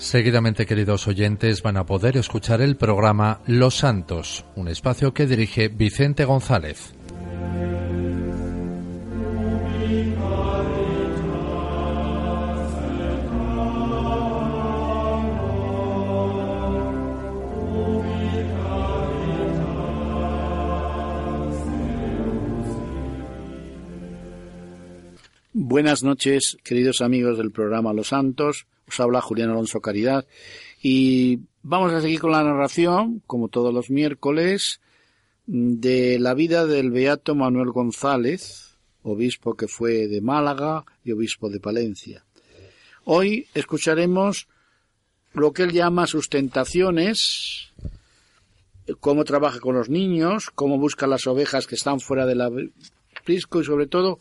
Seguidamente, queridos oyentes, van a poder escuchar el programa Los Santos, un espacio que dirige Vicente González. Buenas noches, queridos amigos del programa Los Santos. Os habla Julián Alonso Caridad y vamos a seguir con la narración, como todos los miércoles, de la vida del beato Manuel González, obispo que fue de Málaga y obispo de Palencia. Hoy escucharemos lo que él llama sus tentaciones, cómo trabaja con los niños, cómo busca las ovejas que están fuera del aprisco y sobre todo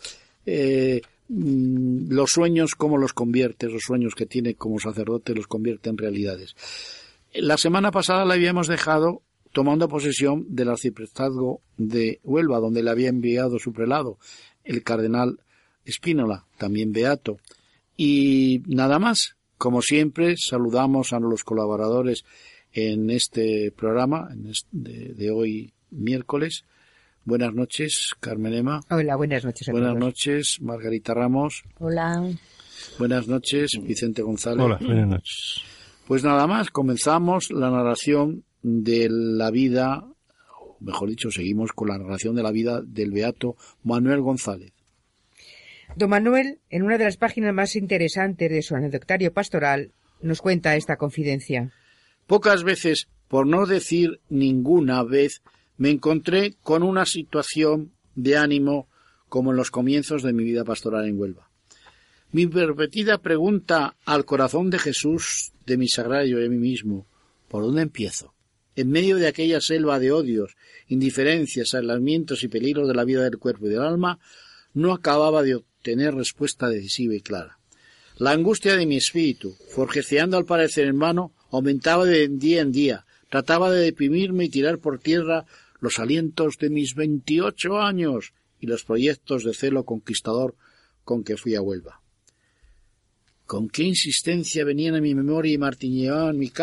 los sueños, cómo los convierte, los sueños que tiene como sacerdote los convierte en realidades. La semana pasada le habíamos dejado tomando posesión del arciprestazgo de Huelva, donde le había enviado su prelado, el cardenal Espínola, también beato. Y nada más, como siempre, saludamos a los colaboradores en este programa de hoy miércoles. Buenas noches, Carmen Ema. Hola, buenas noches. Amigos. Buenas noches, Margarita Ramos. Hola. Buenas noches, Vicente González. Hola, buenas noches. Pues nada más, comenzamos la narración de la vida, o mejor dicho, seguimos con la narración de la vida del beato Manuel González. Don Manuel, en una de las páginas más interesantes de su anecdotario pastoral, nos cuenta esta confidencia. Pocas veces, por no decir ninguna vez, me encontré con una situación de ánimo como en los comienzos de mi vida pastoral en Huelva. Mi repetida pregunta al corazón de Jesús, de mi sagrario y a mí mismo, ¿por dónde empiezo? En medio de aquella selva de odios, indiferencias, aislamientos y peligros de la vida del cuerpo y del alma, no acababa de obtener respuesta decisiva y clara. La angustia de mi espíritu, forjeceando al parecer en vano, aumentaba de día en día. Trataba de deprimirme y tirar por tierra los alientos de mis 28 años y los proyectos de celo conquistador con que fui a Huelva. Con qué insistencia venían a mi memoria y martilleaban mi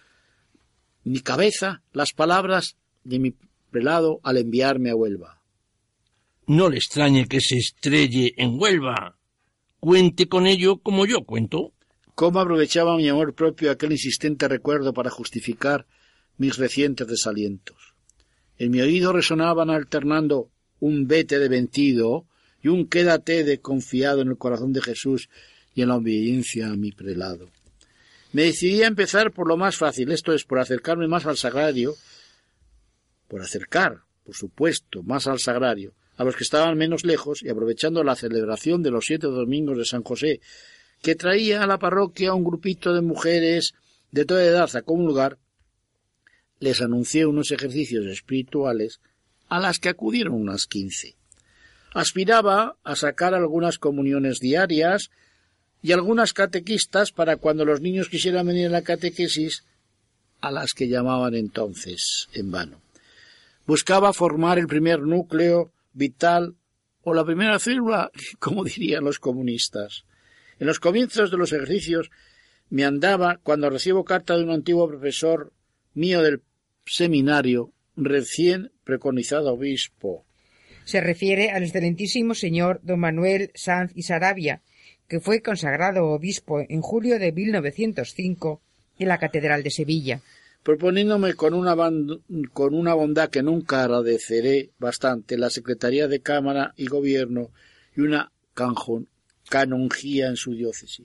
cabeza las palabras de mi prelado al enviarme a Huelva. No le extrañe que se estrelle en Huelva. Cuente con ello como yo cuento. Cómo aprovechaba mi amor propio aquel insistente recuerdo para justificar mis recientes desalientos. En mi oído resonaban alternando un vete de vencido y un quédate de confiado en el corazón de Jesús y en la obediencia a mi prelado. Me decidí a empezar por lo más fácil, esto es, por acercarme más al sagrario, por supuesto, más al sagrario, a los que estaban menos lejos y aprovechando la celebración de los 7 domingos de San José, que traía a la parroquia un grupito de mujeres de toda edad a comulgar, les anuncié unos ejercicios espirituales a las que acudieron unas 15. Aspiraba a sacar algunas comuniones diarias y algunas catequistas para cuando los niños quisieran venir a la catequesis, a las que llamaban entonces en vano. Buscaba formar el primer núcleo vital o la primera célula, como dirían los comunistas. En los comienzos de los ejercicios me andaba cuando recibo carta de un antiguo profesor mío del seminario, recién preconizado obispo. Se refiere al excelentísimo señor don Manuel Sanz y Saravia, que fue consagrado obispo en julio de 1905 en la Catedral de Sevilla. Proponiéndome con una bondad que nunca agradeceré bastante la Secretaría de Cámara y Gobierno y una canonjía en su diócesis.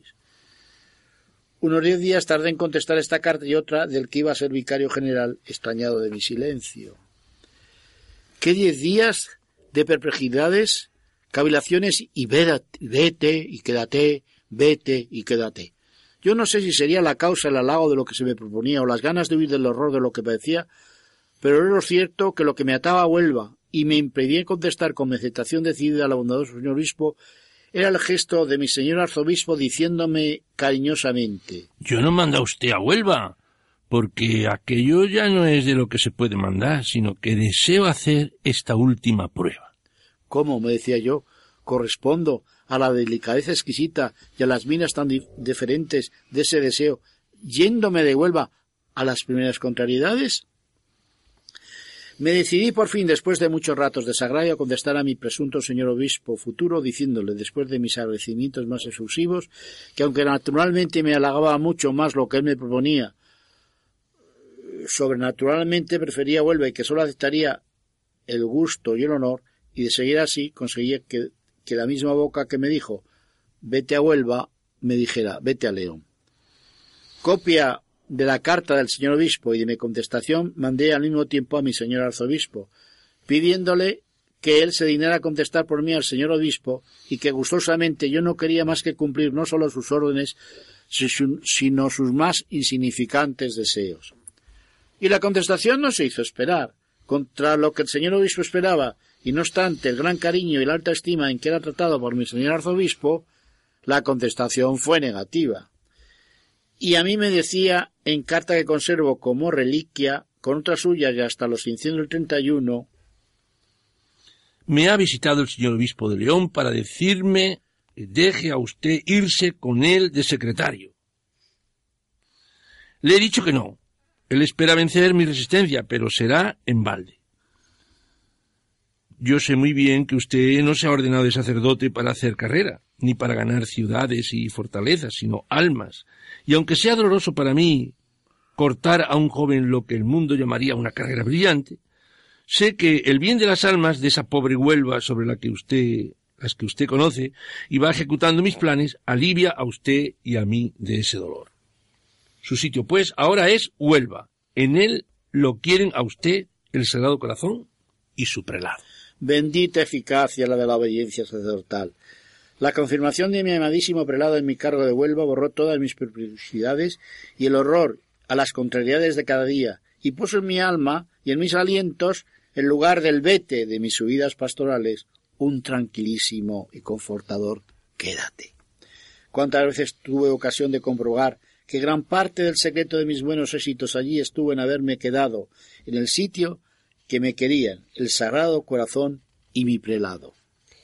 Unos 10 días tardé en contestar esta carta y otra del que iba a ser vicario general, extrañado de mi silencio. ¿Qué 10 días de perplejidades, cavilaciones y vete y quédate, vete y quédate? Yo no sé si sería la causa el halago de lo que se me proponía o las ganas de huir del horror de lo que padecía, pero era lo cierto que lo que me ataba a Huelva y me impedía contestar con mi aceptación decidida al bondadoso señor obispo era el gesto de mi señor arzobispo diciéndome cariñosamente: Yo no manda usted a Huelva, porque aquello ya no es de lo que se puede mandar, sino que deseo hacer esta última prueba. ¿Cómo? Me decía yo. Correspondo a la delicadeza exquisita y a las minas tan diferentes de ese deseo yéndome de Huelva a las primeras contrariedades? Me decidí por fin, después de muchos ratos de desagravio, a contestar a mi presunto señor obispo futuro, diciéndole, después de mis agradecimientos más efusivos, que aunque naturalmente me halagaba mucho más lo que él me proponía, sobrenaturalmente prefería Huelva y que sólo aceptaría el gusto y el honor, y de seguir así conseguía que la misma boca que me dijo vete a Huelva me dijera vete a León. Copia de la carta del señor obispo y de mi contestación mandé al mismo tiempo a mi señor arzobispo, pidiéndole que él se dignara a contestar por mí al señor obispo y que gustosamente yo no quería más que cumplir no solo sus órdenes, sino sus más insignificantes deseos. Y la contestación no se hizo esperar. Contra lo que el señor obispo esperaba, y no obstante el gran cariño y la alta estima en que era tratado por mi señor arzobispo, la contestación fue negativa. Y a mí me decía, en carta que conservo como reliquia, con otras suyas y hasta los 531, me ha visitado el señor obispo de León para decirme que deje a usted irse con él de secretario. Le he dicho que no. Él espera vencer mi resistencia, pero será en balde. Yo sé muy bien que usted no se ha ordenado de sacerdote para hacer carrera, ni para ganar ciudades y fortalezas, sino almas. Y aunque sea doloroso para mí cortar a un joven lo que el mundo llamaría una carrera brillante, sé que el bien de las almas de esa pobre Huelva sobre las que usted conoce y va ejecutando mis planes, alivia a usted y a mí de ese dolor. Su sitio, pues, ahora es Huelva. En él lo quieren a usted el Sagrado Corazón y su prelado. Bendita eficacia la de la obediencia sacerdotal. La confirmación de mi amadísimo prelado en mi cargo de Huelva borró todas mis perplejidades y el horror a las contrariedades de cada día, y puso en mi alma y en mis alientos, en lugar del vete de mis subidas pastorales, un tranquilísimo y confortador quédate. Cuántas veces tuve ocasión de comprobar que gran parte del secreto de mis buenos éxitos allí estuvo en haberme quedado en el sitio que me querían, el Sagrado Corazón y mi prelado.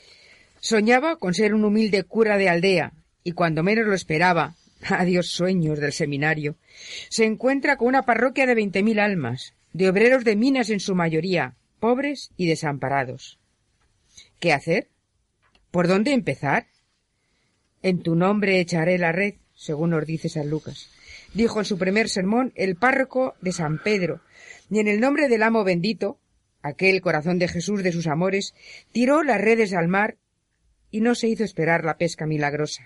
Soñaba con ser un humilde cura de aldea, y cuando menos lo esperaba, adiós sueños del seminario, se encuentra con una parroquia de 20.000 almas, de obreros de minas en su mayoría, pobres y desamparados. ¿Qué hacer? ¿Por dónde empezar? En tu nombre echaré la red, según nos dice San Lucas, dijo en su primer sermón el párroco de San Pedro, y en el nombre del amo bendito, aquel corazón de Jesús de sus amores, tiró las redes al mar y no se hizo esperar la pesca milagrosa.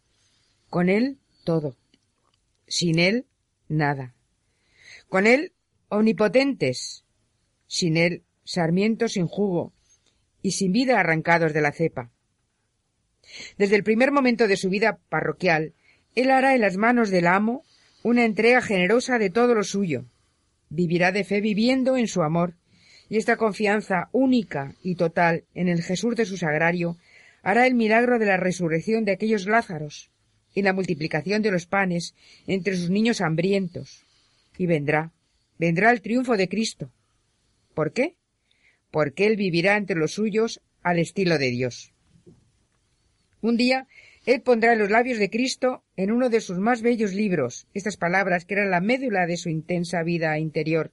Con él todo, sin él nada. Con él omnipotentes, sin él sarmientos sin jugo y sin vida arrancados de la cepa. Desde el primer momento de su vida parroquial, él hará en las manos del amo una entrega generosa de todo lo suyo. Vivirá de fe viviendo en su amor, y esta confianza única y total en el Jesús de su sagrario hará el milagro de la resurrección de aquellos Lázaros y la multiplicación de los panes entre sus niños hambrientos. Y vendrá el triunfo de Cristo. ¿Por qué? Porque él vivirá entre los suyos al estilo de Dios. Un día él pondrá en los labios de Cristo, en uno de sus más bellos libros, estas palabras que eran la médula de su intensa vida interior.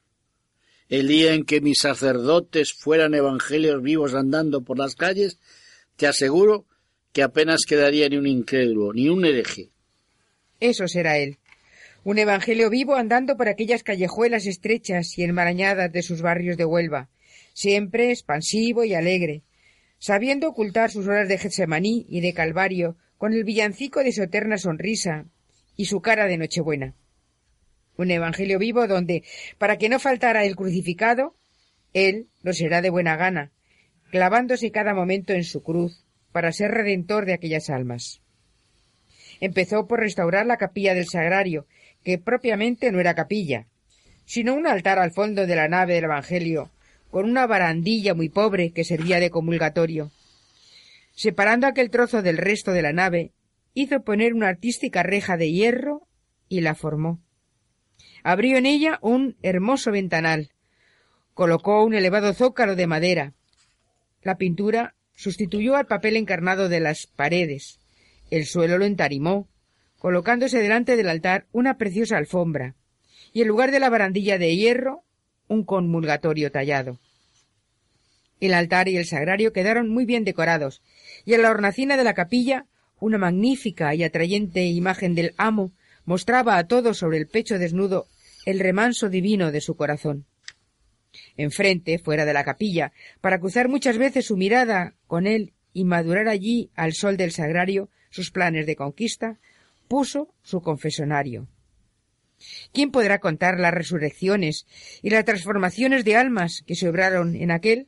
El día en que mis sacerdotes fueran evangelios vivos andando por las calles, te aseguro que apenas quedaría ni un incrédulo, ni un hereje. Eso será él. Un evangelio vivo andando por aquellas callejuelas estrechas y enmarañadas de sus barrios de Huelva, siempre expansivo y alegre, sabiendo ocultar sus horas de Getsemaní y de Calvario con el villancico de su eterna sonrisa y su cara de Nochebuena. Un evangelio vivo donde, para que no faltara el crucificado, él lo será de buena gana, clavándose cada momento en su cruz para ser redentor de aquellas almas. Empezó por restaurar la capilla del sagrario, que propiamente no era capilla, sino un altar al fondo de la nave del evangelio, con una barandilla muy pobre que servía de comulgatorio. Separando aquel trozo del resto de la nave, hizo poner una artística reja de hierro y la formó. Abrió en ella un hermoso ventanal, colocó un elevado zócalo de madera. La pintura sustituyó al papel encarnado de las paredes, el suelo lo entarimó, colocándose delante del altar una preciosa alfombra, y en lugar de la barandilla de hierro, un comulgatorio tallado. El altar y el sagrario quedaron muy bien decorados, y en la hornacina de la capilla una magnífica y atrayente imagen del amo mostraba a todos sobre el pecho desnudo el remanso divino de su corazón. Enfrente, fuera de la capilla, para cruzar muchas veces su mirada con él y madurar allí al sol del sagrario sus planes de conquista, puso su confesonario. ¿Quién podrá contar las resurrecciones y las transformaciones de almas que se obraron en aquel?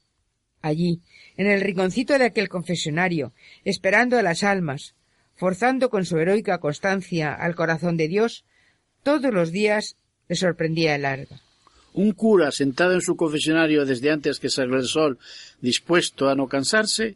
Allí, en el rinconcito de aquel confesonario, esperando a las almas, forzando con su heroica constancia al corazón de Dios, todos los días le sorprendía el alba. Un cura sentado en su confesionario desde antes que salga el sol, dispuesto a no cansarse,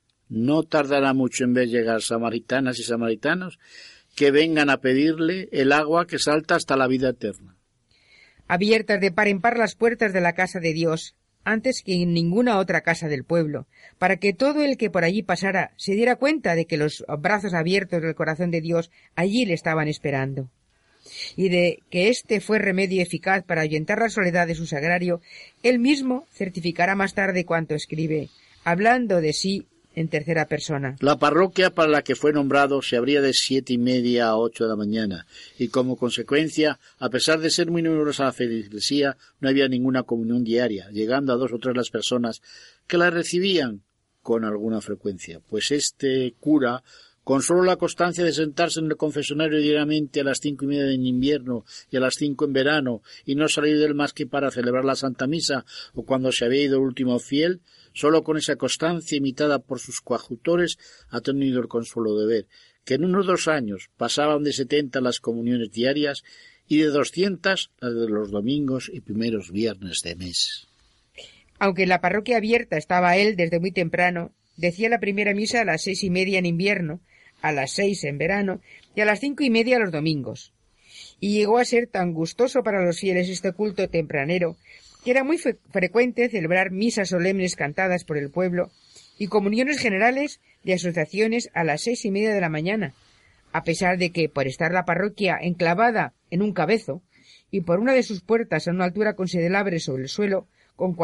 no tardará mucho en ver llegar samaritanas y samaritanos que vengan a pedirle el agua que salta hasta la vida eterna. Abiertas de par en par las puertas de la casa de Dios, antes que en ninguna otra casa del pueblo, para que todo el que por allí pasara se diera cuenta de que los brazos abiertos del corazón de Dios allí le estaban esperando, y de que éste fue remedio eficaz para ahuyentar la soledad de su sagrario, él mismo certificará más tarde cuanto escribe, hablando de sí en tercera persona. La parroquia para la que fue nombrado se abría de 7:30 a 8 de la mañana, y como consecuencia, a pesar de ser muy numerosa la feligresía, no había ninguna comunión diaria, llegando a 2 o 3 las personas que la recibían con alguna frecuencia, pues este cura, con solo la constancia de sentarse en el confesonario diariamente a las 5:30 en invierno y a las 5 en verano, y no salir de él más que para celebrar la Santa Misa o cuando se había ido el último fiel, solo con esa constancia imitada por sus coadjutores ha tenido el consuelo de ver que en unos 2 años pasaban de 70 las comuniones diarias y de 200 las de los domingos y primeros viernes de mes. Aunque en la parroquia abierta estaba él desde muy temprano, decía la primera misa a las 6:30 en invierno, a las 6 en verano y a las 5:30 los domingos. Y llegó a ser tan gustoso para los fieles este culto tempranero que era muy frecuente celebrar misas solemnes cantadas por el pueblo y comuniones generales de asociaciones a las 6:30 de la mañana, a pesar de que, por estar la parroquia enclavada en un cabezo y por una de sus puertas a una altura considerable sobre el suelo, con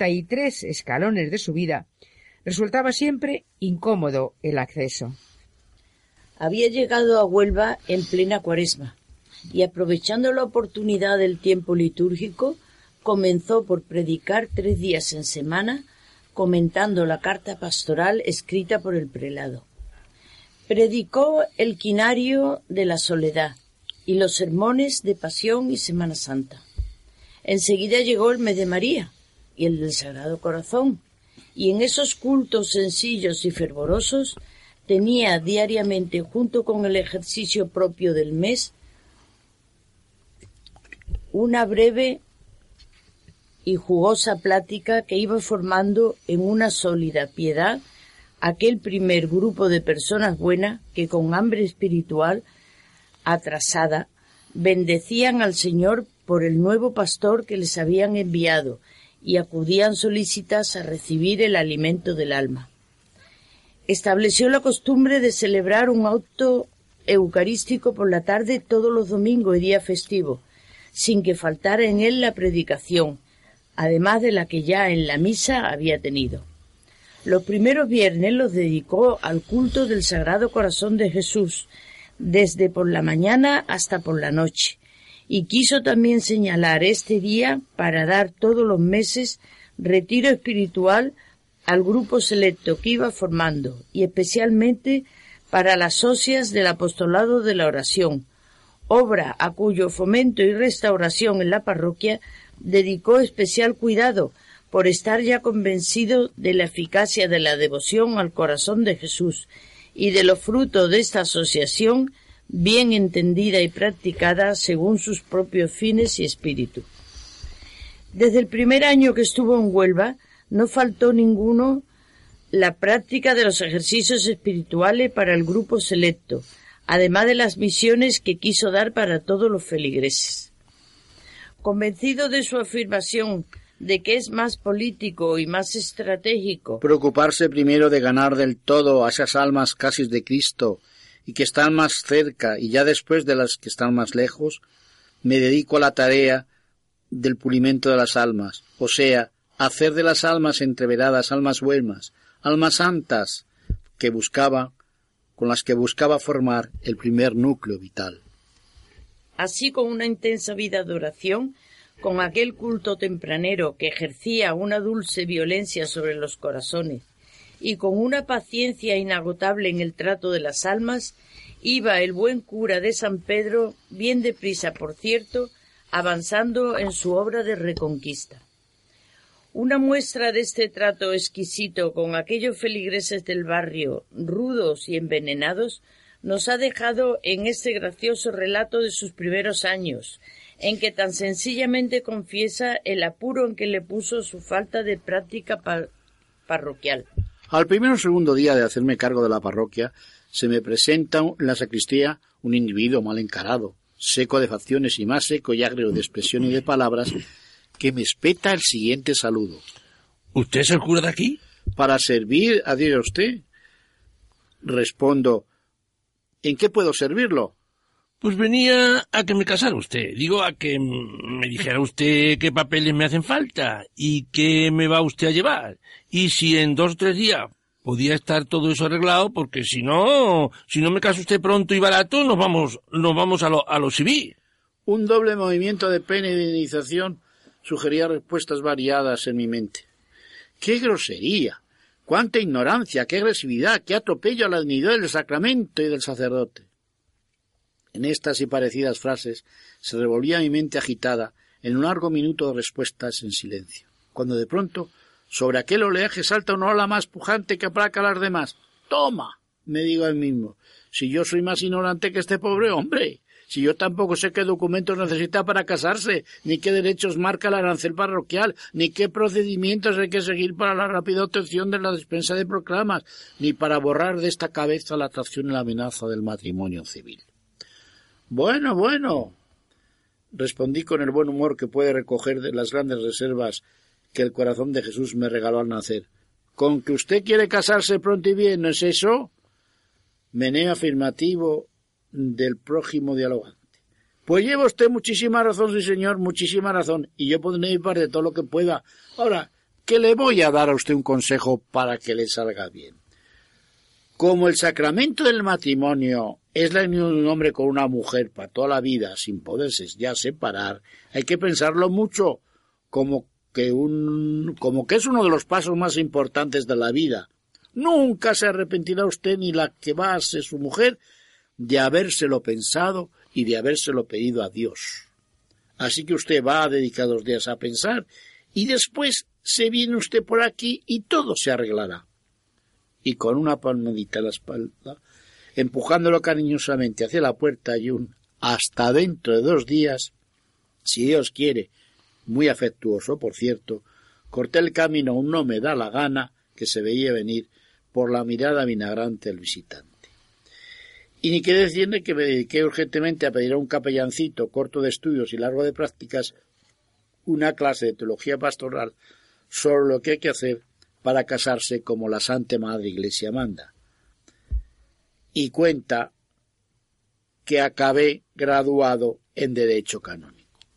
43 escalones de subida, resultaba siempre incómodo el acceso. Había llegado a Huelva en plena Cuaresma y, aprovechando la oportunidad del tiempo litúrgico, comenzó por predicar 3 días en semana, comentando la carta pastoral escrita por el prelado. Predicó el quinario de la soledad y los sermones de Pasión y Semana Santa. Enseguida llegó el mes de María y el del Sagrado Corazón, y en esos cultos sencillos y fervorosos tenía diariamente, junto con el ejercicio propio del mes, una breve y jugosa plática que iba formando en una sólida piedad aquel primer grupo de personas buenas que, con hambre espiritual atrasada, bendecían al Señor por el nuevo pastor que les habían enviado y acudían solícitas a recibir el alimento del alma. Estableció la costumbre de celebrar un acto eucarístico por la tarde todos los domingos y días festivos, sin que faltara en él la predicación, además de la que ya en la misa había tenido. Los primeros viernes los dedicó al culto del Sagrado Corazón de Jesús, desde por la mañana hasta por la noche, y quiso también señalar este día para dar todos los meses retiro espiritual al grupo selecto que iba formando, y especialmente para las socias del apostolado de la oración, obra a cuyo fomento y restauración en la parroquia dedicó especial cuidado por estar ya convencido de la eficacia de la devoción al corazón de Jesús y de los frutos de esta asociación bien entendida y practicada según sus propios fines y espíritu. Desde el primer año que estuvo en Huelva no faltó ninguno la práctica de los ejercicios espirituales para el grupo selecto, además de las misiones que quiso dar para todos los feligreses. Convencido de su afirmación de que es más político y más estratégico preocuparse primero de ganar del todo a esas almas casi de Cristo y que están más cerca, y ya después de las que están más lejos, me dedico a la tarea del pulimento de las almas, o sea, hacer de las almas entreveradas almas buenas, almas santas, con las que buscaba formar el primer núcleo vital. Así, con una intensa vida de oración, con aquel culto tempranero que ejercía una dulce violencia sobre los corazones, y con una paciencia inagotable en el trato de las almas, iba el buen cura de San Pedro, bien deprisa, por cierto, avanzando en su obra de reconquista. Una muestra de este trato exquisito con aquellos feligreses del barrio, rudos y envenenados, nos ha dejado en este gracioso relato de sus primeros años, en que tan sencillamente confiesa el apuro en que le puso su falta de práctica parroquial. Al primer o segundo día de hacerme cargo de la parroquia, se me presenta en la sacristía un individuo mal encarado, seco de facciones y más seco y agrio de expresión y de palabras, que me espeta el siguiente saludo. ¿Usted es el cura de aquí? Para servir a Dios a usted. Respondo, ¿en qué puedo servirlo? Pues venía a que me casara usted. Digo, a que me dijera usted qué papeles me hacen falta y qué me va usted a llevar. Y si en 2 o 3 días podía estar todo eso arreglado, porque si no me casa usted pronto y barato, nos vamos a lo civil. Un doble movimiento de pena y de indemnización sugería respuestas variadas en mi mente. ¡Qué grosería! ¡Cuánta ignorancia! ¡Qué agresividad! ¡Qué atropello a la dignidad del sacramento y del sacerdote! En estas y parecidas frases se revolvía mi mente agitada en un largo minuto de respuestas en silencio, cuando de pronto sobre aquel oleaje salta una ola más pujante que aplaca a las demás. ¡Toma!, me digo a mí mismo, si yo soy más ignorante que este pobre hombre, si yo tampoco sé qué documentos necesita para casarse, ni qué derechos marca el arancel parroquial, ni qué procedimientos hay que seguir para la rápida obtención de la despensa de proclamas, ni para borrar de esta cabeza la atracción y la amenaza del matrimonio civil. Bueno, respondí con el buen humor que puede recoger de las grandes reservas que el corazón de Jesús me regaló al nacer. ¿Con que usted quiere casarse pronto y bien, no es eso? Meneo afirmativo del prójimo dialogante. Pues lleva usted muchísima razón, sí señor, muchísima razón, y yo pondré mi parte de todo lo que pueda. Ahora, que le voy a dar a usted un consejo para que le salga bien. Como el sacramento del matrimonio es la unión de un hombre con una mujer para toda la vida, sin poderse ya separar, hay que pensarlo mucho, como que es uno de los pasos más importantes de la vida. Nunca se arrepentirá usted ni la que va a ser su mujer de habérselo pensado y de habérselo pedido a Dios. Así que usted va a dedicar 2 días a pensar y después se viene usted por aquí y todo se arreglará. Y con una palmadita en la espalda, empujándolo cariñosamente hacia la puerta y un hasta dentro de 2 días, si Dios quiere, muy afectuoso, por cierto, corté el camino, aún no me da la gana, que se veía venir por la mirada vinagrante del visitante. Y ni quiere decirle que me dediqué urgentemente a pedir a un capellancito corto de estudios y largo de prácticas una clase de teología pastoral sobre lo que hay que hacer para casarse como la Santa Madre Iglesia manda. Y cuenta que acabé graduado en Derecho Canónico.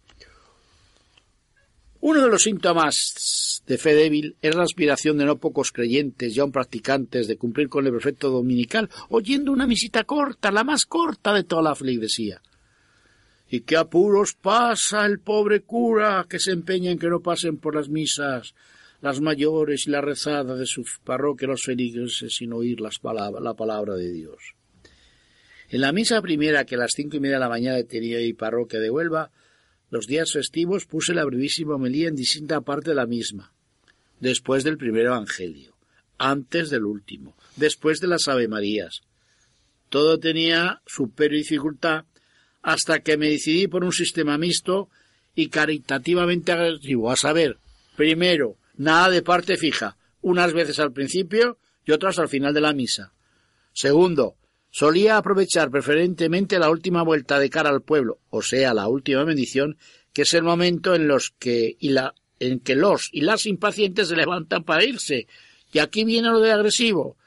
Uno de los síntomas de fe débil es la aspiración de no pocos creyentes y aun practicantes de cumplir con el precepto dominical oyendo una misita corta, la más corta de toda la feligresía. Y qué apuros pasa el pobre cura que se empeña en que no pasen por las misas, las mayores y la rezada de su parroquia los feligreses sin oír la palabra de Dios. En la misa primera que a las 5:30 de la mañana tenía mi parroquia de Huelva, los días festivos puse la brevísima homilía en distinta parte de la misma, después del primer evangelio, antes del último, después de las Ave Marías. Todo tenía su pero y dificultad hasta que me decidí por un sistema mixto y caritativamente agresivo, a saber, primero, nada de parte fija, unas veces al principio y otras al final de la misa. Segundo, solía aprovechar preferentemente la última vuelta de cara al pueblo, o sea, la última bendición, que es el momento en que los y las impacientes se levantan para irse. Y aquí viene lo de agresivo.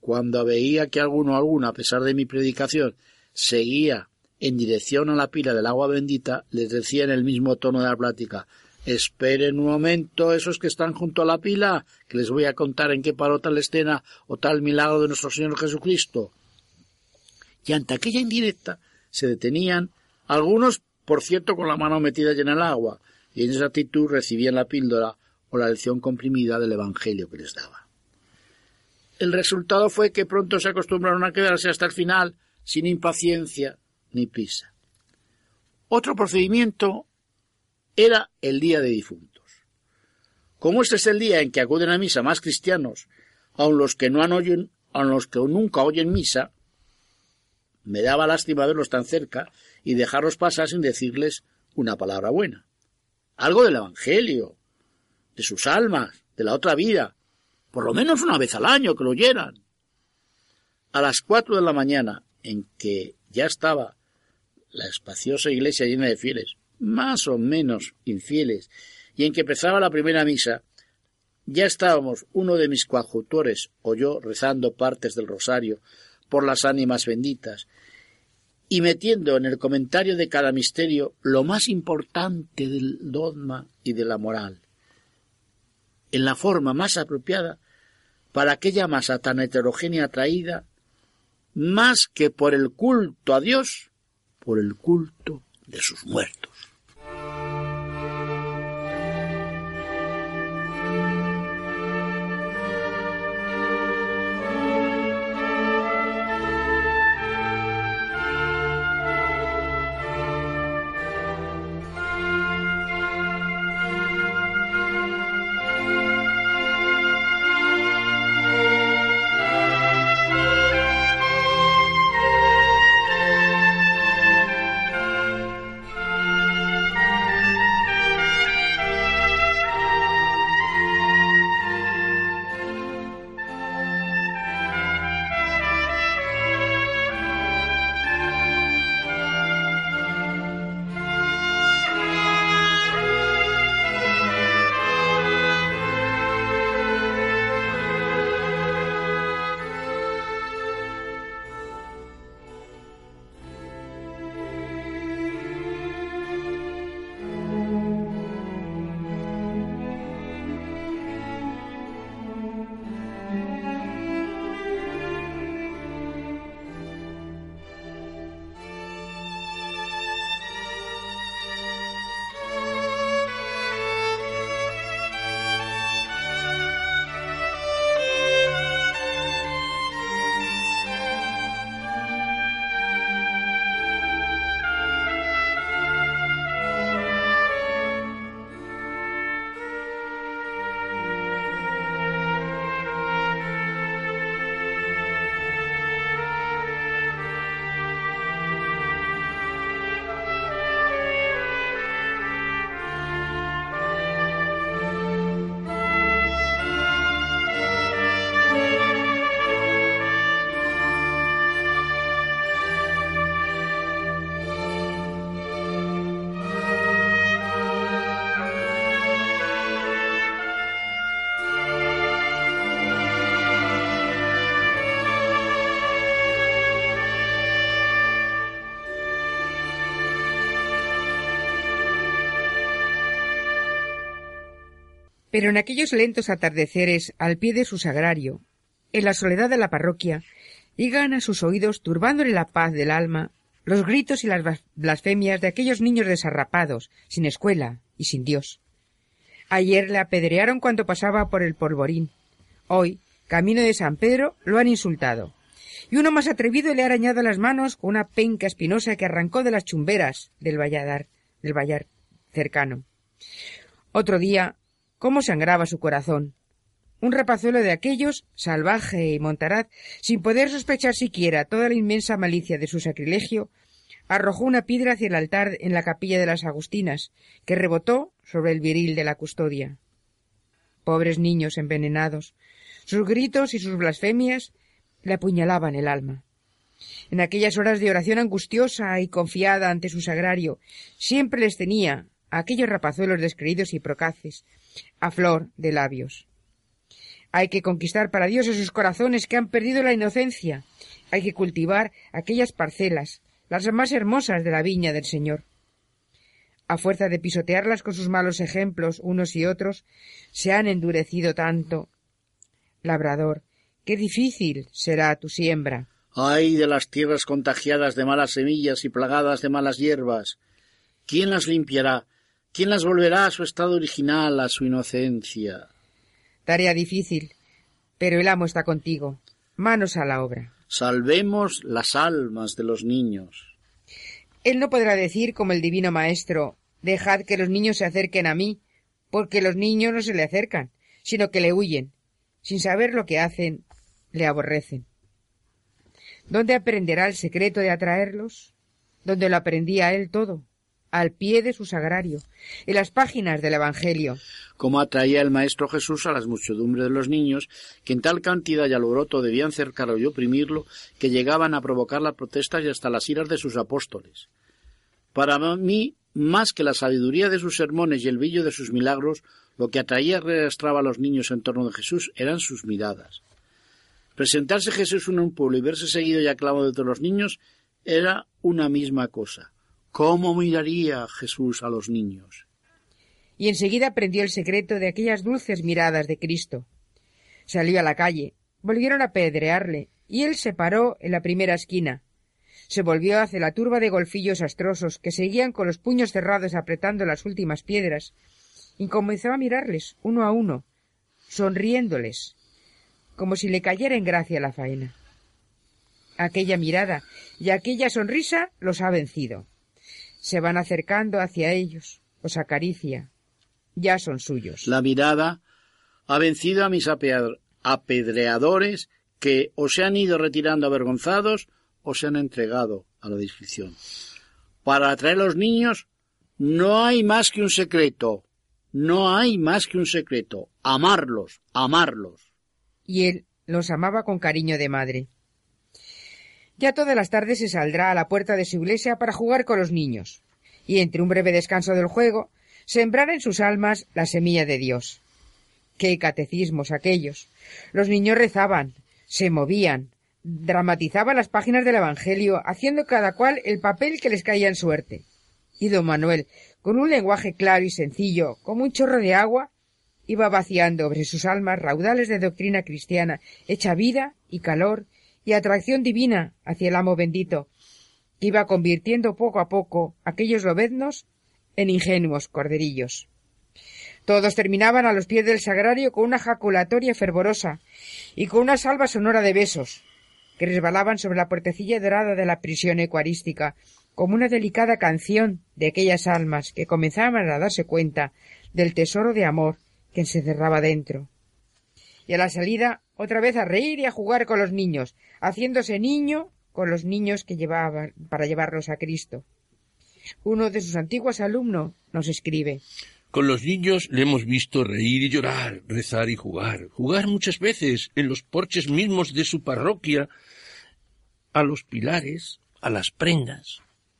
Cuando veía que alguno o alguna, a pesar de mi predicación, seguía en dirección a la pila del agua bendita, les decía en el mismo tono de la plática: esperen un momento esos que están junto a la pila, que les voy a contar en qué paró tal escena o tal milagro de nuestro Señor Jesucristo. Y ante aquella indirecta se detenían, algunos, por cierto, con la mano metida en el agua, y en esa actitud recibían la píldora o la lección comprimida del Evangelio que les daba. El resultado fue que pronto se acostumbraron a quedarse hasta el final, sin impaciencia ni prisa. Otro procedimiento era el día de difuntos. Como este es el día en que acuden a misa más cristianos, aun los que nunca oyen misa, me daba lástima verlos tan cerca y dejarlos pasar sin decirles una palabra buena. Algo del Evangelio, de sus almas, de la otra vida, por lo menos una vez al año que lo oyeran. A las 4 de la mañana, en que ya estaba la espaciosa iglesia llena de fieles, más o menos infieles, y en que empezaba la primera misa, ya estábamos uno de mis coautores o yo rezando partes del rosario por las ánimas benditas y metiendo en el comentario de cada misterio lo más importante del dogma y de la moral, en la forma más apropiada para aquella masa tan heterogénea atraída, más que por el culto a Dios, por el culto de sus muertos. Pero en aquellos lentos atardeceres al pie de su sagrario, en la soledad de la parroquia, llegan a sus oídos, turbándole la paz del alma, los gritos y las blasfemias de aquellos niños desarrapados, sin escuela y sin Dios. Ayer le apedrearon cuando pasaba por el Polvorín. Hoy, camino de San Pedro, lo han insultado. Y uno más atrevido le ha arañado las manos con una penca espinosa que arrancó de las chumberas del vallar cercano. Otro día, cómo sangraba su corazón. Un rapazuelo de aquellos, salvaje y montaraz, sin poder sospechar siquiera toda la inmensa malicia de su sacrilegio, arrojó una piedra hacia el altar en la capilla de las Agustinas, que rebotó sobre el viril de la custodia. Pobres niños envenenados, sus gritos y sus blasfemias le apuñalaban el alma. En aquellas horas de oración angustiosa y confiada ante su sagrario, siempre les tenía, a aquellos rapazuelos descreídos y procaces, a flor de labios. Hay que conquistar para Dios esos corazones que han perdido la inocencia. Hay que cultivar aquellas parcelas, las más hermosas de la viña del Señor. A fuerza de pisotearlas con sus malos ejemplos unos y otros, se han endurecido tanto. Labrador, qué difícil será tu siembra. ¡Ay de las tierras contagiadas de malas semillas y plagadas de malas hierbas! ¿Quién las limpiará? ¿Quién las volverá a su estado original, a su inocencia? Tarea difícil, pero el amo está contigo. Manos a la obra. Salvemos las almas de los niños. Él no podrá decir como el divino maestro, dejad que los niños se acerquen a mí, porque los niños no se le acercan, sino que le huyen. Sin saber lo que hacen, le aborrecen. ¿Dónde aprenderá el secreto de atraerlos? ¿Dónde lo aprendía él todo? Al pie de su sagrario, en las páginas del Evangelio. Como atraía el Maestro Jesús a las muchedumbres de los niños, que en tal cantidad y alboroto debían cercarlo y oprimirlo, que llegaban a provocar las protestas y hasta las iras de sus apóstoles. Para mí, más que la sabiduría de sus sermones y el brillo de sus milagros, lo que atraía y arrastraba a los niños en torno de Jesús eran sus miradas. Presentarse Jesús en un pueblo y verse seguido y aclamado de los niños era una misma cosa. ¿Cómo miraría Jesús a los niños? Y enseguida aprendió el secreto de aquellas dulces miradas de Cristo. Salió a la calle, volvieron a apedrearle, y él se paró en la primera esquina. Se volvió hacia la turba de golfillos astrosos que seguían con los puños cerrados apretando las últimas piedras, y comenzó a mirarles uno a uno, sonriéndoles, como si le cayera en gracia la faena. Aquella mirada y aquella sonrisa los ha vencido. Se van acercando hacia ellos, los acaricia. Ya son suyos. La mirada ha vencido a mis apedreadores que o se han ido retirando avergonzados o se han entregado a la discreción. Para atraer a los niños no hay más que un secreto. No hay más que un secreto. Amarlos, amarlos. Y él los amaba con cariño de madre. Ya todas las tardes se saldrá a la puerta de su iglesia para jugar con los niños, y entre un breve descanso del juego, sembrar en sus almas la semilla de Dios. ¡Qué catecismos aquellos! Los niños rezaban, se movían, dramatizaban las páginas del Evangelio, haciendo cada cual el papel que les caía en suerte. Y don Manuel, con un lenguaje claro y sencillo, como un chorro de agua, iba vaciando sobre sus almas raudales de doctrina cristiana, hecha vida y calor y atracción divina hacia el amo bendito, que iba convirtiendo poco a poco aquellos lobeznos en ingenuos corderillos. Todos terminaban a los pies del sagrario con una jaculatoria fervorosa y con una salva sonora de besos, que resbalaban sobre la puertecilla dorada de la prisión eucarística, como una delicada canción de aquellas almas que comenzaban a darse cuenta del tesoro de amor que se cerraba dentro. Y a la salida, otra vez a reír y a jugar con los niños, haciéndose niño con los niños que llevaban para llevarlos a Cristo. Uno de sus antiguos alumnos nos escribe: con los niños le hemos visto reír y llorar, rezar y jugar muchas veces en los porches mismos de su parroquia, a los pilares, a las prendas.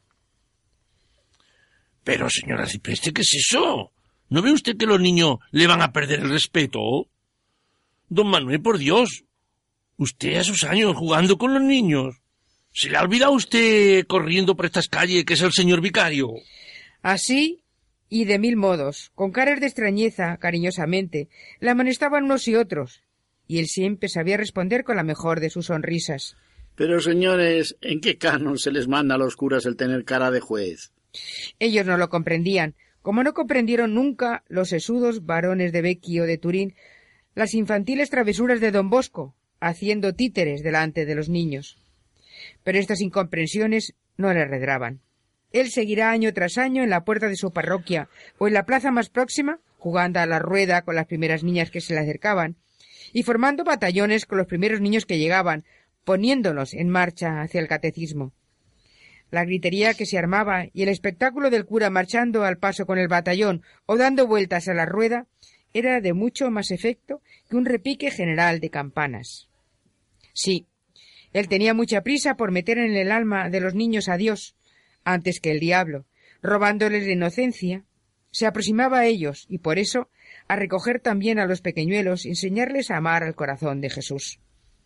Pero, señora Cipreste, ¿qué es eso? ¿No ve usted que los niños le van a perder el respeto? Don Manuel, por Dios, usted a sus años jugando con los niños. ¿Se le ha olvidado usted corriendo por estas calles que es el señor vicario? Así y de mil modos, con caras de extrañeza, cariñosamente, le amonestaban unos y otros, y él siempre sabía responder con la mejor de sus sonrisas. Pero, señores, ¿en qué canon se les manda a los curas el tener cara de juez? Ellos no lo comprendían, como no comprendieron nunca los sesudos varones de Vecchio de Turín las infantiles travesuras de don Bosco, haciendo títeres delante de los niños. Pero estas incomprensiones no le arredraban. Él seguirá año tras año en la puerta de su parroquia o en la plaza más próxima, jugando a la rueda con las primeras niñas que se le acercaban, y formando batallones con los primeros niños que llegaban, poniéndolos en marcha hacia el catecismo. La gritería que se armaba y el espectáculo del cura marchando al paso con el batallón o dando vueltas a la rueda era de mucho más efecto que un repique general de campanas. Sí, él tenía mucha prisa por meter en el alma de los niños a Dios, antes que el diablo, robándoles la inocencia, se aproximaba a ellos y por eso a recoger también a los pequeñuelos y enseñarles a amar al corazón de Jesús.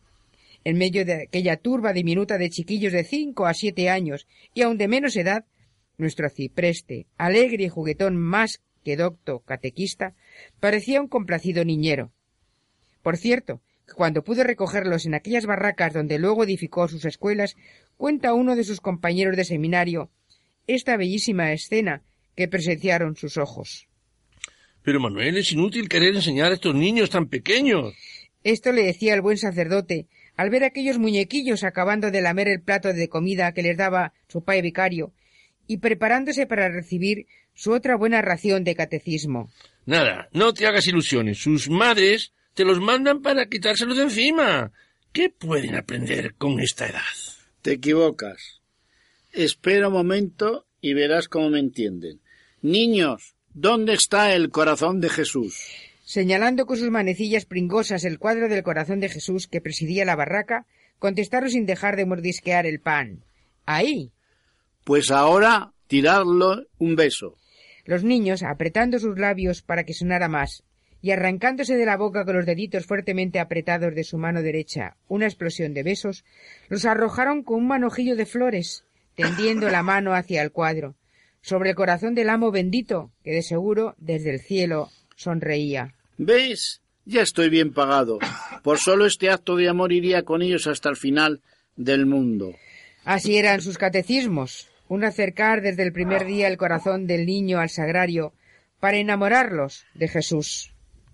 En medio de aquella turba diminuta de chiquillos de 5 a 7 años y aun de menos edad, nuestro cipreste, alegre y juguetón más que docto catequista, parecía un complacido niñero. Por cierto, que cuando pudo recogerlos en aquellas barracas donde luego edificó sus escuelas, cuenta uno de sus compañeros de seminario esta bellísima escena que presenciaron sus ojos. Pero, Manuel, es inútil querer enseñar a estos niños tan pequeños. Esto le decía el buen sacerdote al ver aquellos muñequillos acabando de lamer el plato de comida que les daba su padre vicario y preparándose para recibir su otra buena ración de catecismo. Nada, no te hagas ilusiones. Sus madres te los mandan para quitárselos de encima. ¿Qué pueden aprender con esta edad? Te equivocas. Espera un momento y verás cómo me entienden. Niños, ¿dónde está el corazón de Jesús? Señalando con sus manecillas pringosas el cuadro del corazón de Jesús que presidía la barraca, contestaron sin dejar de mordisquear el pan. ¡Ahí! Pues ahora tiradlo un beso. Los niños, apretando sus labios para que sonara más, y arrancándose de la boca con los deditos fuertemente apretados de su mano derecha una explosión de besos, los arrojaron con un manojillo de flores, tendiendo la mano hacia el cuadro, sobre el corazón del amo bendito, que de seguro desde el cielo sonreía. ¿Ves? Ya estoy bien pagado. Por solo este acto de amor iría con ellos hasta el final del mundo. Así eran sus catecismos, un acercar desde el primer día el corazón del niño al sagrario para enamorarlos de Jesús.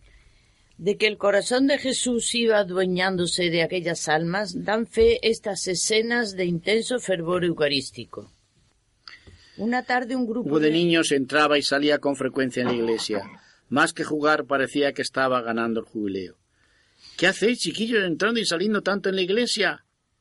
De que el corazón de Jesús iba adueñándose de aquellas almas dan fe estas escenas de intenso fervor eucarístico. Una tarde un grupo de niños entraba y salía con frecuencia en la iglesia. Más que jugar parecía que estaba ganando el jubileo. ¿Qué hacéis, chiquillos, entrando y saliendo tanto en la iglesia?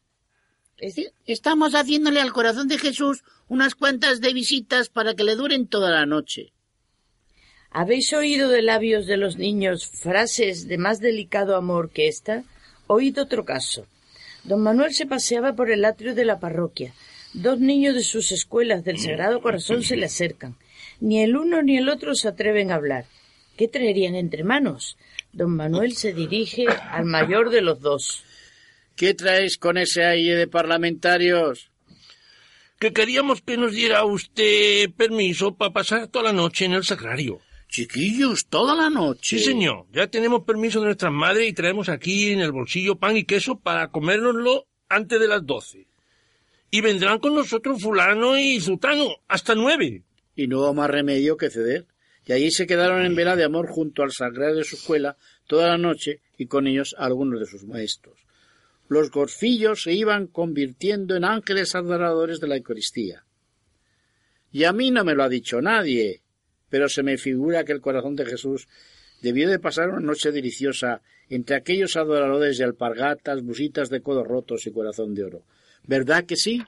Estamos haciéndole al corazón de Jesús unas cuantas de visitas para que le duren toda la noche. ¿Habéis oído de labios de los niños frases de más delicado amor que esta? Oíd otro caso. Don Manuel se paseaba por el atrio de la parroquia. 2 niños de sus escuelas del Sagrado Corazón se le acercan. Ni el uno ni el otro se atreven a hablar. ¿Qué traerían entre manos? Don Manuel se dirige al mayor de los 2. ¿Qué traéis con ese aire de parlamentarios? Que queríamos que nos diera usted permiso para pasar toda la noche en el sagrario. Chiquillos, toda la noche. Sí, señor. Ya tenemos permiso de nuestras madres y traemos aquí en el bolsillo pan y queso para comérnoslo antes de las 12. Y vendrán con nosotros fulano y zutano hasta 9. Y no hubo más remedio que ceder. Y allí se quedaron en vela de amor junto al sagrario de su escuela toda la noche y con ellos algunos de sus maestros. Los gorfillos se iban convirtiendo en ángeles adoradores de la Eucaristía. Y a mí no me lo ha dicho nadie, pero se me figura que el corazón de Jesús debió de pasar una noche deliciosa entre aquellos adoradores de alpargatas, busitas de codos rotos y corazón de oro. ¿Verdad que sí?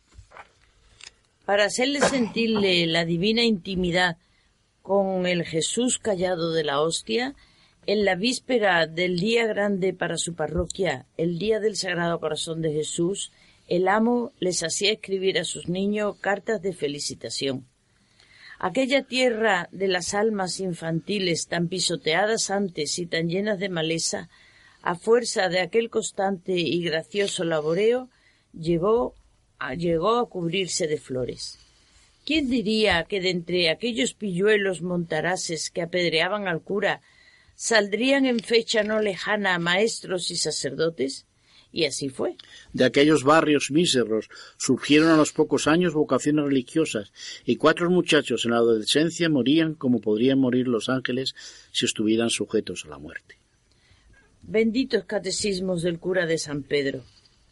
Para hacerle sentirle la divina intimidad con el Jesús callado de la hostia, en la víspera del día grande para su parroquia, el día del Sagrado Corazón de Jesús, el amo les hacía escribir a sus niños cartas de felicitación. Aquella tierra de las almas infantiles tan pisoteadas antes y tan llenas de maleza, a fuerza de aquel constante y gracioso laboreo, llegó a cubrirse de flores. ¿Quién diría que de entre aquellos pilluelos montaraces que apedreaban al cura saldrían en fecha no lejana maestros y sacerdotes? Y así fue. De aquellos barrios míseros surgieron a los pocos años vocaciones religiosas, y 4 muchachos en la adolescencia morían como podrían morir los ángeles si estuvieran sujetos a la muerte. Benditos catecismos del cura de San Pedro.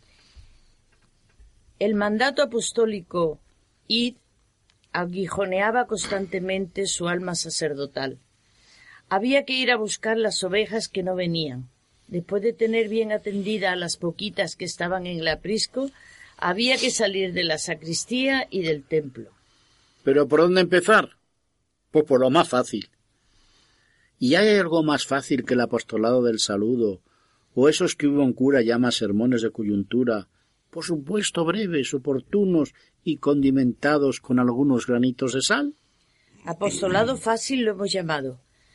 El mandato apostólico id aguijoneaba constantemente su alma sacerdotal. Había que ir a buscar las ovejas que no venían. Después de tener bien atendida a las poquitas que estaban en el aprisco, había que salir de la sacristía y del templo. ¿Pero por dónde empezar? Pues por lo más fácil. ¿Y hay algo más fácil que el apostolado del saludo, o esos que un cura llama sermones de coyuntura, por supuesto breves, oportunos y condimentados con algunos granitos de sal? Apostolado fácil lo hemos llamado.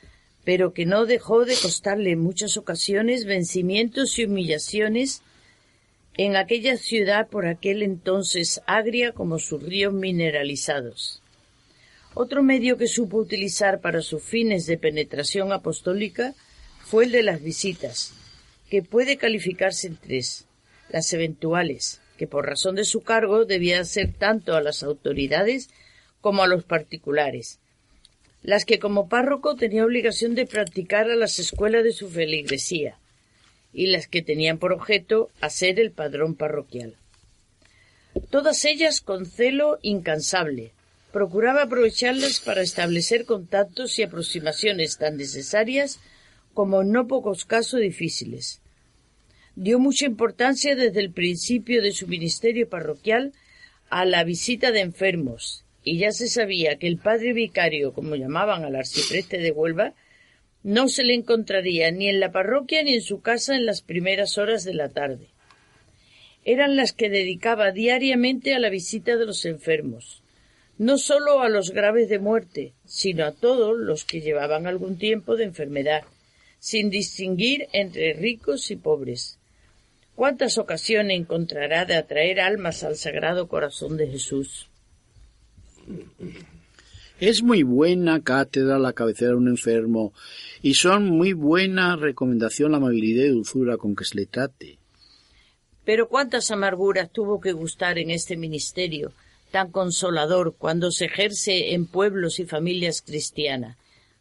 pero que no dejó de costarle en muchas ocasiones vencimientos y humillaciones en aquella ciudad por aquel entonces agria como sus ríos mineralizados. Otro medio que supo utilizar para sus fines de penetración apostólica fue el de las visitas, que puede calificarse en tres: las eventuales, que por razón de su cargo debía hacer tanto a las autoridades como a los particulares; las que como párroco tenía obligación de practicar a las escuelas de su feligresía; y las que tenían por objeto hacer el padrón parroquial. Todas ellas con celo incansable. Procuraba aprovecharlas para establecer contactos y aproximaciones tan necesarias como en no pocos casos difíciles. Dio mucha importancia desde el principio de su ministerio parroquial a la visita de enfermos, y ya se sabía que el padre vicario, como llamaban al arcipreste de Huelva, no se le encontraría ni en la parroquia ni en su casa en las primeras horas de la tarde. Eran las que dedicaba diariamente a la visita de los enfermos, no sólo a los graves de muerte, sino a todos los que llevaban algún tiempo de enfermedad, sin distinguir entre ricos y pobres. ¿Cuántas ocasiones encontrará de atraer almas al Sagrado Corazón de Jesús? Es muy buena cátedra la cabecera de un enfermo, y son muy buena recomendación la amabilidad y dulzura con que se le trate. Pero cuántas amarguras tuvo que gustar en este ministerio tan consolador cuando se ejerce en pueblos y familias cristianas.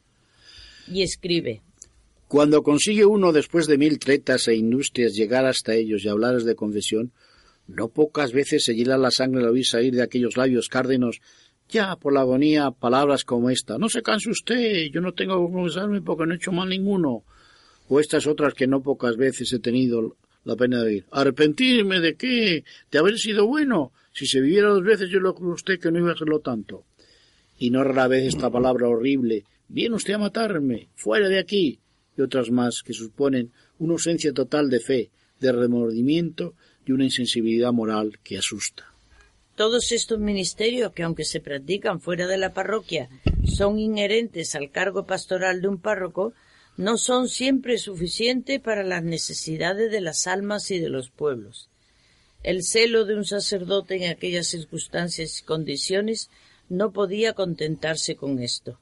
Y escribe: Cuando consigue uno, después de 1000 tretas e industrias, llegar hasta ellos y hablarles de confesión, no pocas veces se hiela la sangre al oír salir de aquellos labios cárdenos, ya por la agonía, palabras como esta: no se canse usted, yo no tengo que confesarme porque no he hecho mal ninguno. O estas otras que no pocas veces he tenido la pena de oír: ¿arrepentirme de qué? ¿De haber sido bueno? Si se viviera 2 veces yo lo creo usted que no iba a hacerlo tanto. Y no rara vez esta palabra horrible: viene usted a matarme, fuera de aquí. Y otras más que suponen una ausencia total de fe, de remordimiento y una insensibilidad moral que asusta. Todos estos ministerios, que aunque se practican fuera de la parroquia, son inherentes al cargo pastoral de un párroco, no son siempre suficientes para las necesidades de las almas y de los pueblos. El celo de un sacerdote en aquellas circunstancias y condiciones no podía contentarse con esto.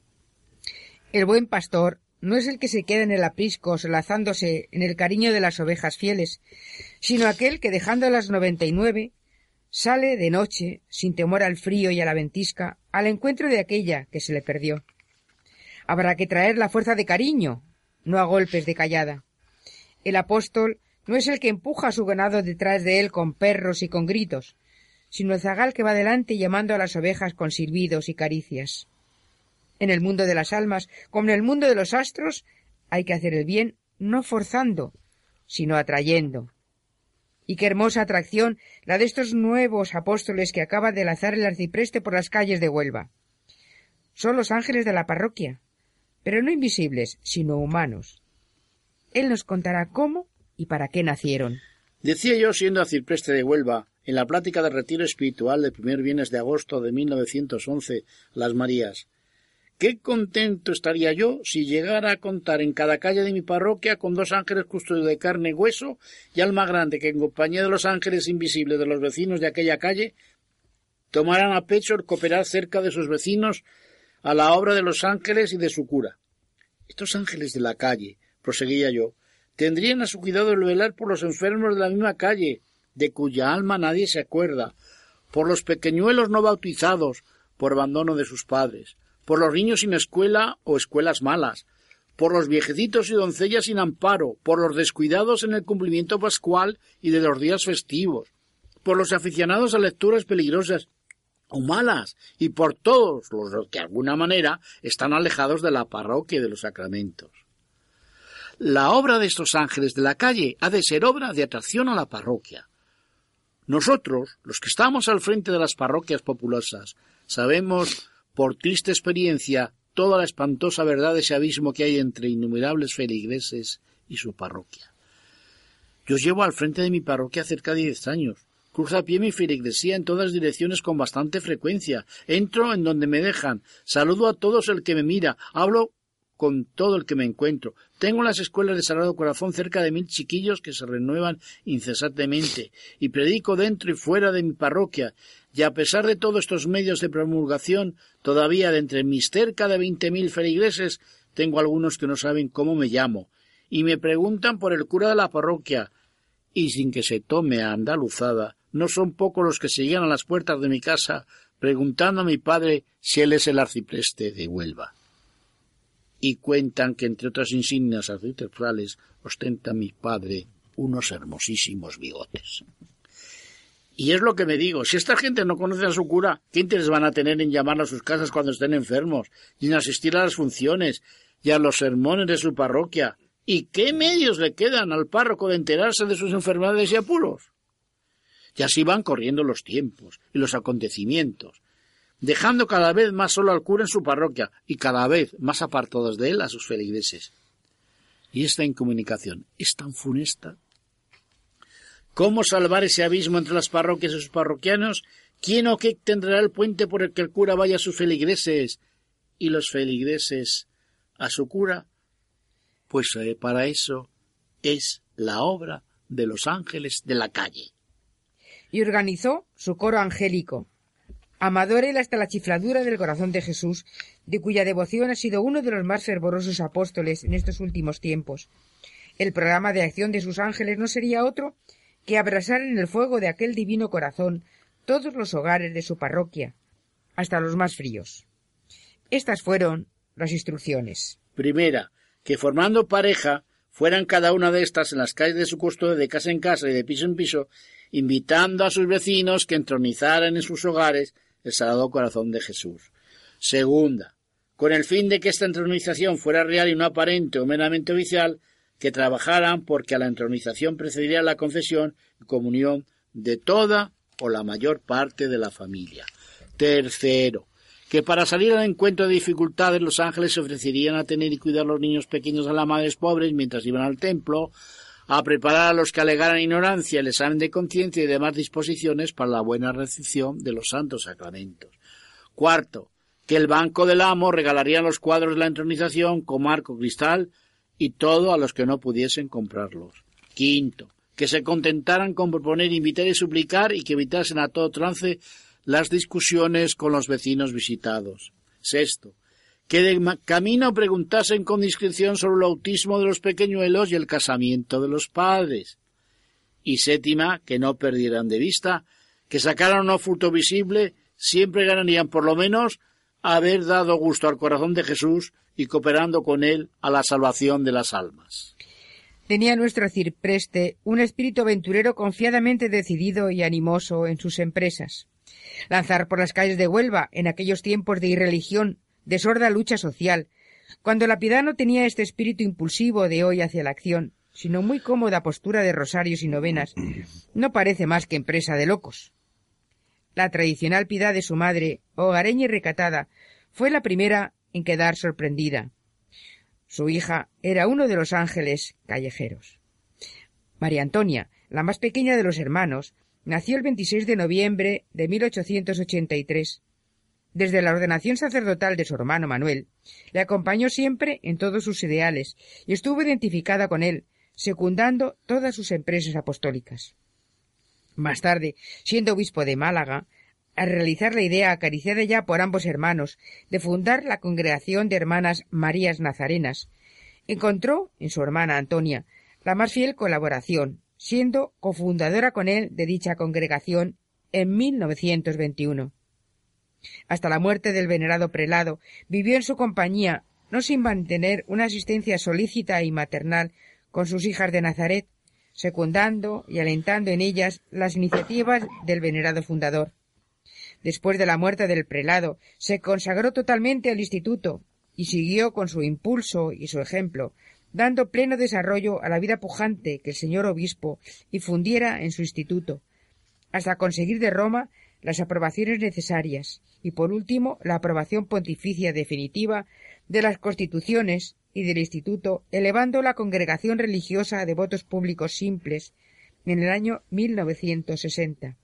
El buen pastor no es el que se queda en el aprisco solazándose en el cariño de las ovejas fieles, sino aquel que, dejando las 99, sale de noche, sin temor al frío y a la ventisca, al encuentro de aquella que se le perdió. Habrá que traer la fuerza de cariño, no a golpes de callada. El apóstol no es el que empuja a su ganado detrás de él con perros y con gritos, sino el zagal que va delante llamando a las ovejas con silbidos y caricias. En el mundo de las almas, como en el mundo de los astros, hay que hacer el bien no forzando, sino atrayendo. Y qué hermosa atracción la de estos nuevos apóstoles que acaba de lanzar el arcipreste por las calles de Huelva. Son los ángeles de la parroquia, pero no invisibles, sino humanos. Él nos contará cómo y para qué nacieron. Decía yo, siendo arcipreste de Huelva, en la plática de retiro espiritual del primer viernes de agosto de 1911, Las Marías: qué contento estaría yo si llegara a contar en cada calle de mi parroquia con 2 ángeles custodios de carne y hueso y alma grande que, en compañía de los ángeles invisibles de los vecinos de aquella calle, tomaran a pecho el cooperar cerca de sus vecinos a la obra de los ángeles y de su cura. Estos ángeles de la calle, proseguía yo, tendrían a su cuidado el velar por los enfermos de la misma calle, de cuya alma nadie se acuerda, por los pequeñuelos no bautizados, por abandono de sus padres, por los niños sin escuela o escuelas malas, por los viejecitos y doncellas sin amparo, por los descuidados en el cumplimiento pascual y de los días festivos, por los aficionados a lecturas peligrosas o malas, y por todos los que de alguna manera están alejados de la parroquia y de los sacramentos. La obra de estos ángeles de la calle ha de ser obra de atracción a la parroquia. Nosotros, los que estamos al frente de las parroquias populosas, sabemos por triste experiencia toda la espantosa verdad de ese abismo que hay entre innumerables feligreses y su parroquia. Yo llevo al frente de mi parroquia cerca de 10 años. Cruzo a pie mi feligresía en todas direcciones con bastante frecuencia. Entro en donde me dejan. Saludo a todos el que me mira. Hablo con todo el que me encuentro. Tengo en las escuelas de Sagrado Corazón cerca de 1000 chiquillos que se renuevan incesantemente, y predico dentro y fuera de mi parroquia, y a pesar de todos estos medios de promulgación, todavía de entre mis cerca de 20.000 feligreses, tengo algunos que no saben cómo me llamo, y me preguntan por el cura de la parroquia, y sin que se tome a andaluzada, no son pocos los que se llegan a las puertas de mi casa preguntando a mi padre si él es el arcipreste de Huelva. Y cuentan que entre otras insignias arciprestales ostenta mi padre unos hermosísimos bigotes. Y es lo que me digo, si esta gente no conoce a su cura, ¿qué interés van a tener en llamarlo a sus casas cuando estén enfermos, y en asistir a las funciones y a los sermones de su parroquia? ¿Y qué medios le quedan al párroco de enterarse de sus enfermedades y apuros? Y así van corriendo los tiempos y los acontecimientos, dejando cada vez más solo al cura en su parroquia y cada vez más apartados de él a sus feligreses. Y esta incomunicación es tan funesta. ¿Cómo salvar ese abismo entre las parroquias y sus parroquianos? ¿Quién o qué tendrá el puente por el que el cura vaya a sus feligreses y los feligreses a su cura? Pues para eso es la obra de los ángeles de la calle. Y organizó su coro angélico, amador él hasta la chifladura del corazón de Jesús, de cuya devoción ha sido uno de los más fervorosos apóstoles en estos últimos tiempos. El programa de acción de sus ángeles no sería otro que abrasar en el fuego de aquel divino corazón todos los hogares de su parroquia, hasta los más fríos. Estas fueron las instrucciones. Primera, que formando pareja fueran cada una de estas en las calles de su custodia de casa en casa y de piso en piso, invitando a sus vecinos que entronizaran en sus hogares el Sagrado Corazón de Jesús. Segunda, con el fin de que esta entronización fuera real y no aparente o meramente oficial, que trabajaran porque a la entronización precedería la confesión y comunión de toda o la mayor parte de la familia. Tercero, que para salir al encuentro de dificultades los ángeles se ofrecerían a tener y cuidar a los niños pequeños de las madres pobres mientras iban al templo, a preparar a los que alegaran ignorancia el examen de conciencia y demás disposiciones para la buena recepción de los santos sacramentos. Cuarto, que el banco del amo regalaría los cuadros de la entronización con marco cristal y todo a los que no pudiesen comprarlos. Quinto, que se contentaran con proponer, invitar y suplicar y que evitasen a todo trance las discusiones con los vecinos visitados. Sexto, que de camino preguntasen con discreción sobre el bautismo de los pequeñuelos y el casamiento de los padres. Y séptima, que no perdieran de vista, que sacaran un fruto visible, siempre ganarían por lo menos haber dado gusto al corazón de Jesús y cooperando con él a la salvación de las almas. Tenía nuestro arcipreste un espíritu aventurero confiadamente decidido y animoso en sus empresas. Lanzar por las calles de Huelva, en aquellos tiempos de irreligión, de sorda lucha social, cuando la piedad no tenía este espíritu impulsivo de hoy hacia la acción, sino muy cómoda postura de rosarios y novenas, no parece más que empresa de locos. La tradicional piedad de su madre, hogareña y recatada, fue la primera en quedar sorprendida. Su hija era uno de los ángeles callejeros. María Antonia, la más pequeña de los hermanos, nació el 26 de noviembre de 1883. Desde la ordenación sacerdotal de su hermano Manuel, le acompañó siempre en todos sus ideales y estuvo identificada con él, secundando todas sus empresas apostólicas. Más tarde, siendo obispo de Málaga, al realizar la idea acariciada ya por ambos hermanos de fundar la congregación de hermanas Marías Nazarenas, encontró en su hermana Antonia la más fiel colaboración, siendo cofundadora con él de dicha congregación en 1921. Hasta la muerte del venerado prelado, vivió en su compañía, no sin mantener una asistencia solícita y maternal con sus hijas de Nazaret, secundando y alentando en ellas las iniciativas del venerado fundador. Después de la muerte del prelado, se consagró totalmente al instituto y siguió con su impulso y su ejemplo, dando pleno desarrollo a la vida pujante que el señor obispo infundiera en su instituto, hasta conseguir de Roma las aprobaciones necesarias y, por último, la aprobación pontificia definitiva de las constituciones y del instituto, elevando la congregación religiosa a devotos públicos simples en el año 1960.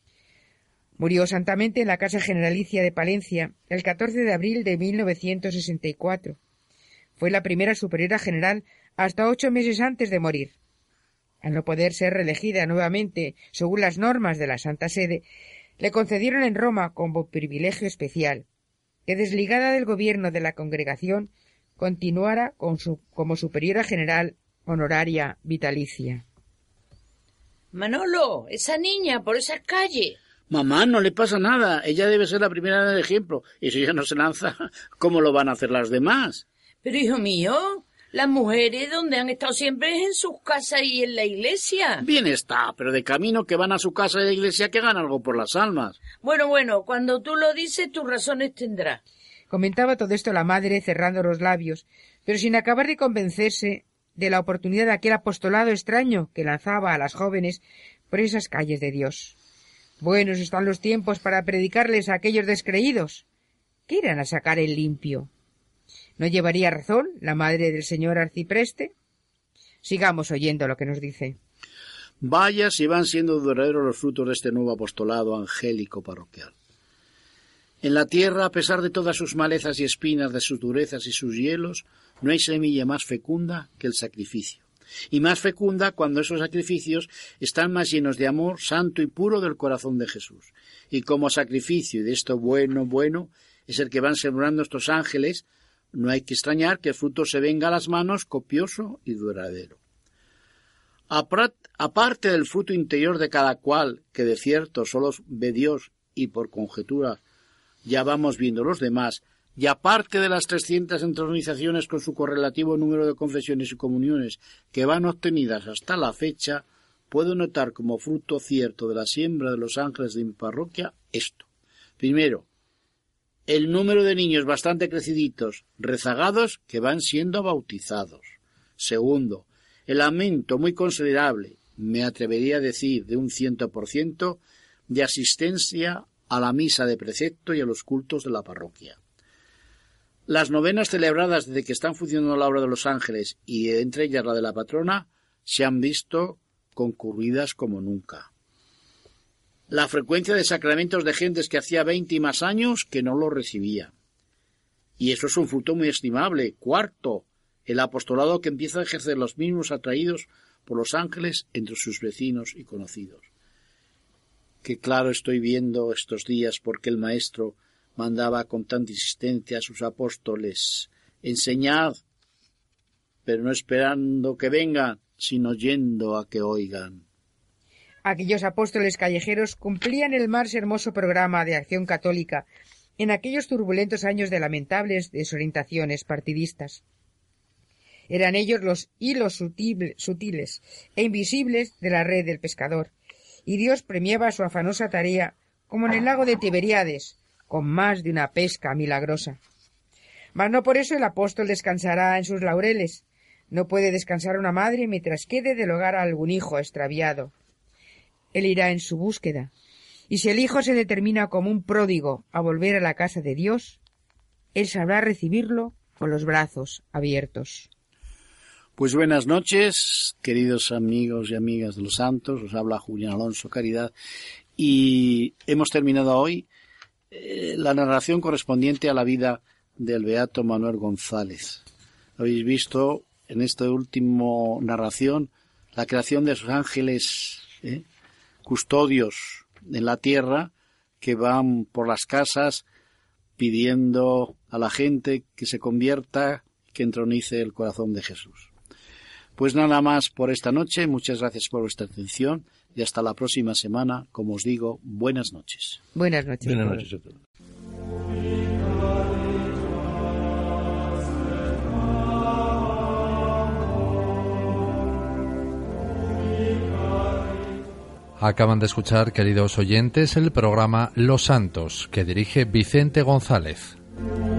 Murió santamente en la Casa Generalicia de Palencia el 14 de abril de 1964. Fue la primera superiora general hasta 8 meses antes de morir. Al no poder ser reelegida nuevamente según las normas de la Santa Sede, le concedieron en Roma como privilegio especial que, desligada del gobierno de la congregación, continuara como superiora general honoraria vitalicia. Manolo, esa niña por esas calles. Mamá, no le pasa nada. Ella debe ser la primera del ejemplo. Y si ella no se lanza, ¿cómo lo van a hacer las demás? Pero, hijo mío, las mujeres donde han estado siempre es en sus casas y en la iglesia. Bien está, pero de camino que van a su casa de la iglesia que hagan algo por las almas. Bueno, cuando tú lo dices, tus razones tendrás. Comentaba todo esto la madre cerrando los labios, pero sin acabar de convencerse de la oportunidad de aquel apostolado extraño que lanzaba a las jóvenes por esas calles de Dios. Buenos están los tiempos para predicarles a aquellos descreídos. ¿Qué irán a sacar en limpio? ¿No llevaría razón la madre del señor arcipreste? Sigamos oyendo lo que nos dice. Vaya si van siendo duraderos los frutos de este nuevo apostolado angélico parroquial. En la tierra, a pesar de todas sus malezas y espinas, de sus durezas y sus hielos, no hay semilla más fecunda que el sacrificio. Y más fecunda cuando esos sacrificios están más llenos de amor santo y puro del corazón de Jesús. Y como sacrificio de esto bueno, es el que van sembrando estos ángeles, no hay que extrañar que el fruto se venga a las manos copioso y duradero. Aparte del fruto interior de cada cual, que de cierto solo ve Dios y por conjetura ya vamos viendo los demás, y aparte de las 300 entronizaciones con su correlativo número de confesiones y comuniones que van obtenidas hasta la fecha, puedo notar como fruto cierto de la siembra de los ángeles de mi parroquia esto. Primero, el número de niños bastante creciditos, rezagados, que van siendo bautizados. Segundo, el aumento muy considerable, me atrevería a decir de un 100%, de asistencia a la misa de precepto y a los cultos de la parroquia. Las novenas celebradas desde que están funcionando la obra de los ángeles, y entre ellas la de la patrona, se han visto concurridas como nunca. La frecuencia de sacramentos de gentes que hacía 20 y más años que no lo recibía. Y eso es un fruto muy estimable. Cuarto, el apostolado que empieza a ejercer los mismos atraídos por los ángeles entre sus vecinos y conocidos. Que claro estoy viendo estos días porque el Maestro mandaba con tanta insistencia a sus apóstoles: enseñad, pero no esperando que vengan, sino yendo a que oigan. Aquellos apóstoles callejeros cumplían el más hermoso programa de acción católica en aquellos turbulentos años de lamentables desorientaciones partidistas. Eran ellos los hilos sutiles e invisibles de la red del pescador, y Dios premiaba su afanosa tarea como en el lago de Tiberíades, con más de una pesca milagrosa. Mas no por eso el apóstol descansará en sus laureles. No puede descansar una madre mientras quede del hogar a algún hijo extraviado. Él irá en su búsqueda, y si el hijo se determina como un pródigo a volver a la casa de Dios, él sabrá recibirlo con los brazos abiertos. Pues buenas noches, queridos amigos y amigas de los santos. Os habla Julián Alonso Caridad, y hemos terminado hoy la narración correspondiente a la vida del beato Manuel González. Habéis visto en esta última narración la creación de esos ángeles custodios en la tierra que van por las casas pidiendo a la gente que se convierta, que entronice el corazón de Jesús. Pues nada más por esta noche. Muchas gracias por vuestra atención y hasta la próxima semana. Como os digo, buenas noches. Buenas noches. Buenas noches a todos. Acaban de escuchar, queridos oyentes, el programa Los Santos, que dirige Vicente González.